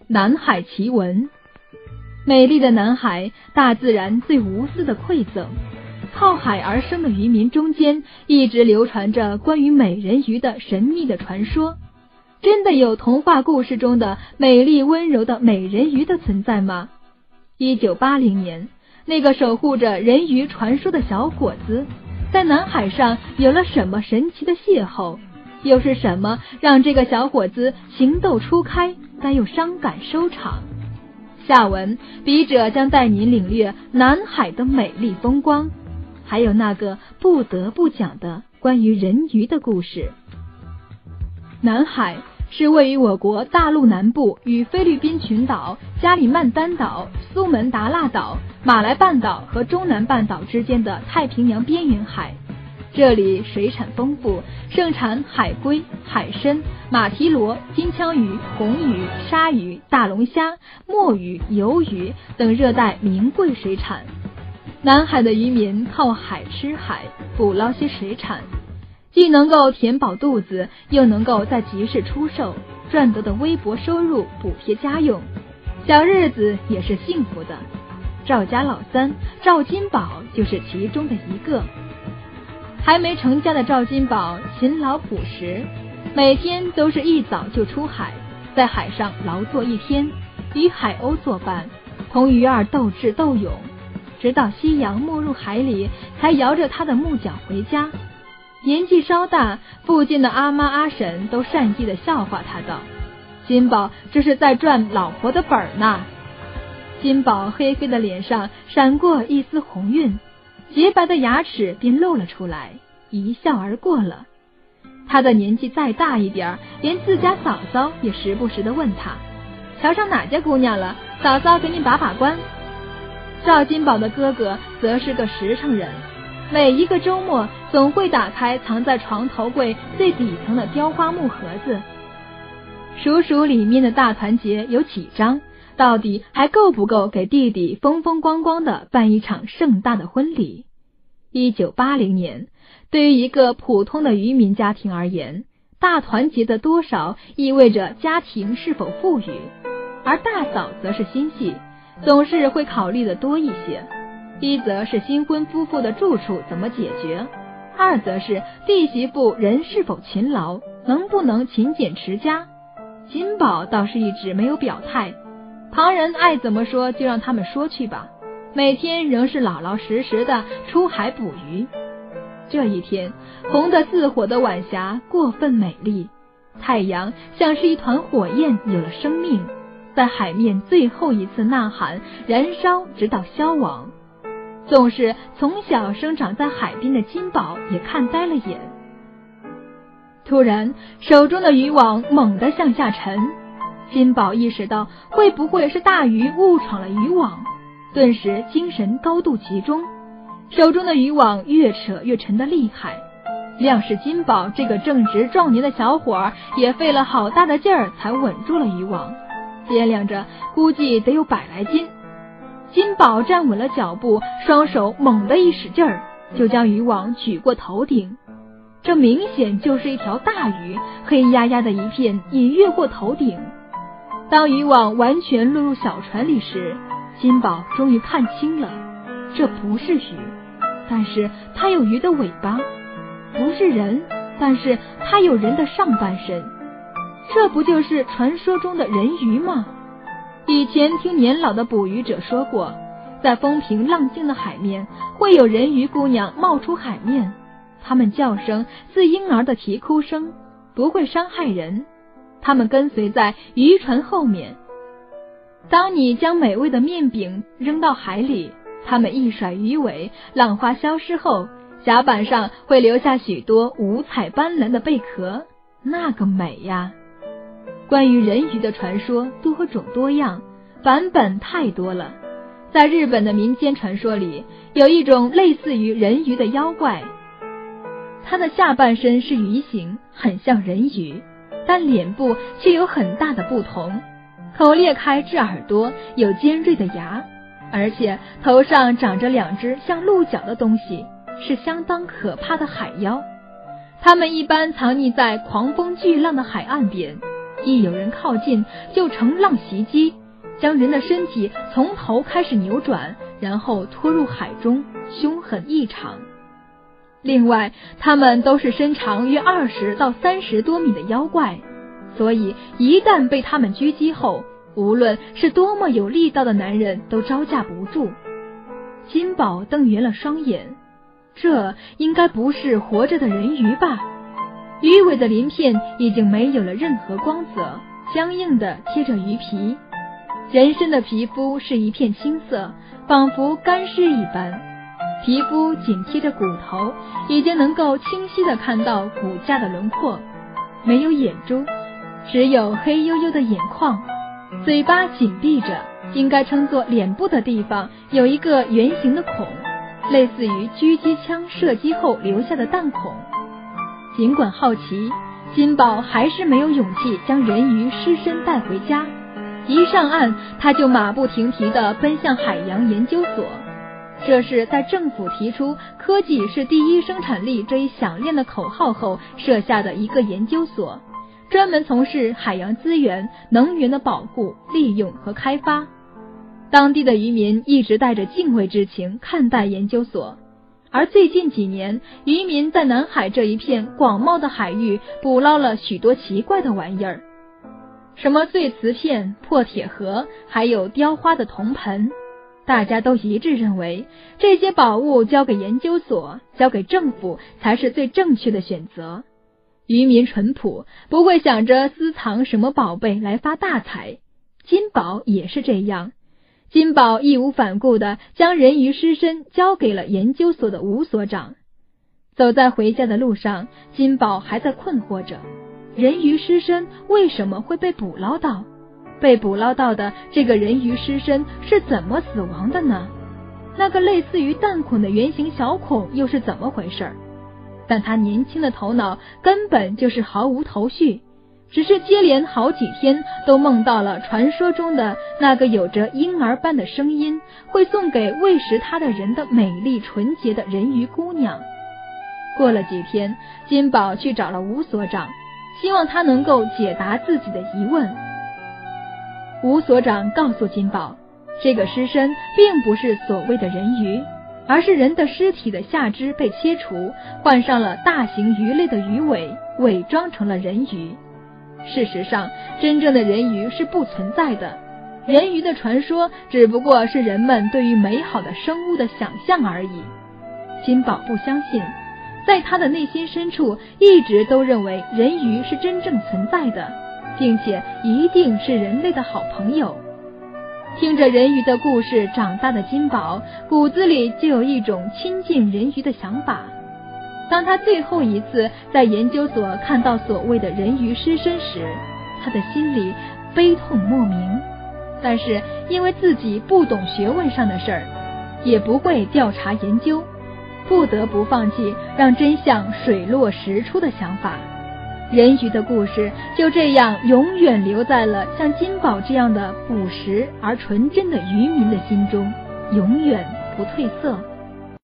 南海奇闻。美丽的南海，大自然最无私的馈赠。靠海而生的渔民中间，一直流传着关于美人鱼的神秘的传说。真的有童话故事中的美丽温柔的美人鱼的存在吗？1980年，那个守护着人鱼传说的小伙子，在南海上有了什么神奇的邂逅？又是什么让这个小伙子情窦初开，但又伤感收场？下文笔者将带您领略南海的美丽风光，还有那个不得不讲的关于人鱼的故事。南海是位于我国大陆南部与菲律宾群岛、加里曼丹岛、苏门答腊岛、马来半岛和中南半岛之间的太平洋边缘海。这里水产丰富，盛产海龟、海参、马蹄螺、金枪鱼、红鱼、鲨鱼、大龙虾、墨鱼、鱿鱼等热带名贵水产。南海的渔民靠海吃海，捕捞些水产，既能够填饱肚子，又能够在集市出售，赚得的微薄收入补贴家用，小日子也是幸福的。赵家老三赵金宝就是其中的一个。还没成家的赵金宝勤劳朴实，每天都是一早就出海，在海上劳作一天，与海鸥作伴，同鱼儿斗智斗勇，直到夕阳没入海里，才摇着他的木桨回家。年纪稍大，附近的阿妈阿婶都善意地笑话他道：“金宝这是在赚老婆的本呢。”金宝黑黑的脸上闪过一丝红晕，洁白的牙齿便露了出来，一笑而过了。他的年纪再大一点，连自家嫂嫂也时不时地问他：“瞧上哪家姑娘了？嫂嫂给你把把关。”赵金宝的哥哥则是个实诚人，每一个周末总会打开藏在床头柜最底层的雕花木盒子，数数里面的大团结有几张，到底还够不够给弟弟风风光光的办一场盛大的婚礼。1980年，对于一个普通的渔民家庭而言，大团结的多少意味着家庭是否富裕，而大嫂则是心细，总是会考虑的多一些。一则是新婚夫妇的住处怎么解决，二则是弟媳妇人是否勤劳，能不能勤俭持家。金宝倒是一直没有表态，旁人爱怎么说就让他们说去吧，每天仍是老老实实的出海捕鱼。这一天，红得似火的晚霞过分美丽，太阳像是一团火焰，有了生命，在海面最后一次呐喊，燃烧直到消亡。纵是从小生长在海边的金宝也看呆了眼。突然，手中的渔网猛地向下沉，金宝意识到会不会是大鱼误闯了渔网，顿时精神高度集中，手中的渔网越扯越沉的厉害。谅是金宝这个正值壮年的小伙也费了好大的劲儿才稳住了渔网，掂量着估计得有100来斤。金宝站稳了脚步，双手猛地一使劲儿，就将渔网举过头顶。这明显就是一条大鱼，黑压压的一片已越过头顶。当渔网完全落入小船里时，金宝终于看清了，这不是鱼，但是它有鱼的尾巴；不是人，但是它有人的上半身。这不就是传说中的人鱼吗？以前听年老的捕鱼者说过，在风平浪静的海面，会有人鱼姑娘冒出海面，它们叫声似婴儿的啼哭声，不会伤害人。它们跟随在渔船后面。当你将美味的面饼扔到海里，它们一甩鱼尾，浪花消失后，甲板上会留下许多五彩斑斓的贝壳，那个美呀！关于人鱼的传说多种多样，版本太多了。在日本的民间传说里，有一种类似于人鱼的妖怪，它的下半身是鱼形，很像人鱼，但脸部却有很大的不同，口裂开至耳朵，有尖锐的牙，而且头上长着2只像鹿角的东西，是相当可怕的海妖。它们一般藏匿在狂风巨浪的海岸边， 一有人靠近，就乘浪袭击，将人的身体从头开始扭转，然后拖入海中，凶狠异常。另外，他们都是身长约20到30多米的妖怪，所以一旦被他们狙击后，无论是多么有力道的男人都招架不住。金宝瞪圆了双眼，这应该不是活着的人鱼吧？鱼尾的鳞片已经没有了任何光泽，僵硬地贴着鱼皮，人身的皮肤是一片青色，仿佛干尸一般，皮肤紧贴着骨头，已经能够清晰地看到骨架的轮廓，没有眼珠，只有黑黝黝的眼眶，嘴巴紧闭着，应该称作脸部的地方有一个圆形的孔，类似于狙击枪射击后留下的弹孔。尽管好奇，金宝还是没有勇气将人鱼尸身带回家。一上岸，他就马不停蹄地奔向海洋研究所。这是在政府提出科技是第一生产力这一响亮的口号后设下的一个研究所，专门从事海洋资源、能源的保护、利用和开发。当地的渔民一直带着敬畏之情看待研究所，而最近几年，渔民在南海这一片广袤的海域捕捞了许多奇怪的玩意儿，什么碎瓷片、破铁盒，还有雕花的铜盆。大家都一致认为，这些宝物交给研究所、交给政府才是最正确的选择。渔民淳朴，不会想着私藏什么宝贝来发大财。金宝也是这样。金宝义无反顾地将人鱼尸身交给了研究所的吴所长。走在回家的路上，金宝还在困惑着，人鱼尸身为什么会被捕捞到？被捕捞到的这个人鱼尸身是怎么死亡的呢？那个类似于弹孔的圆形小孔又是怎么回事？但他年轻的头脑根本就是毫无头绪，只是接连好几天都梦到了传说中的那个有着婴儿般的声音，会送给喂食他的人的美丽纯洁的人鱼姑娘。过了几天，金宝去找了吴所长，希望他能够解答自己的疑问。吴所长告诉金宝，这个尸身并不是所谓的人鱼，而是人的尸体的下肢被切除，换上了大型鱼类的鱼尾，伪装成了人鱼。事实上，真正的人鱼是不存在的，人鱼的传说只不过是人们对于美好的生物的想象而已。金宝不相信，在他的内心深处一直都认为人鱼是真正存在的，并且一定是人类的好朋友。听着人鱼的故事长大的金宝，骨子里就有一种亲近人鱼的想法。当他最后一次在研究所看到所谓的人鱼尸身时，他的心里悲痛莫名，但是因为自己不懂学问上的事儿，也不会调查研究，不得不放弃让真相水落石出的想法。人鱼的故事就这样永远留在了像金宝这样的朴实而纯真的渔民的心中，永远不褪色。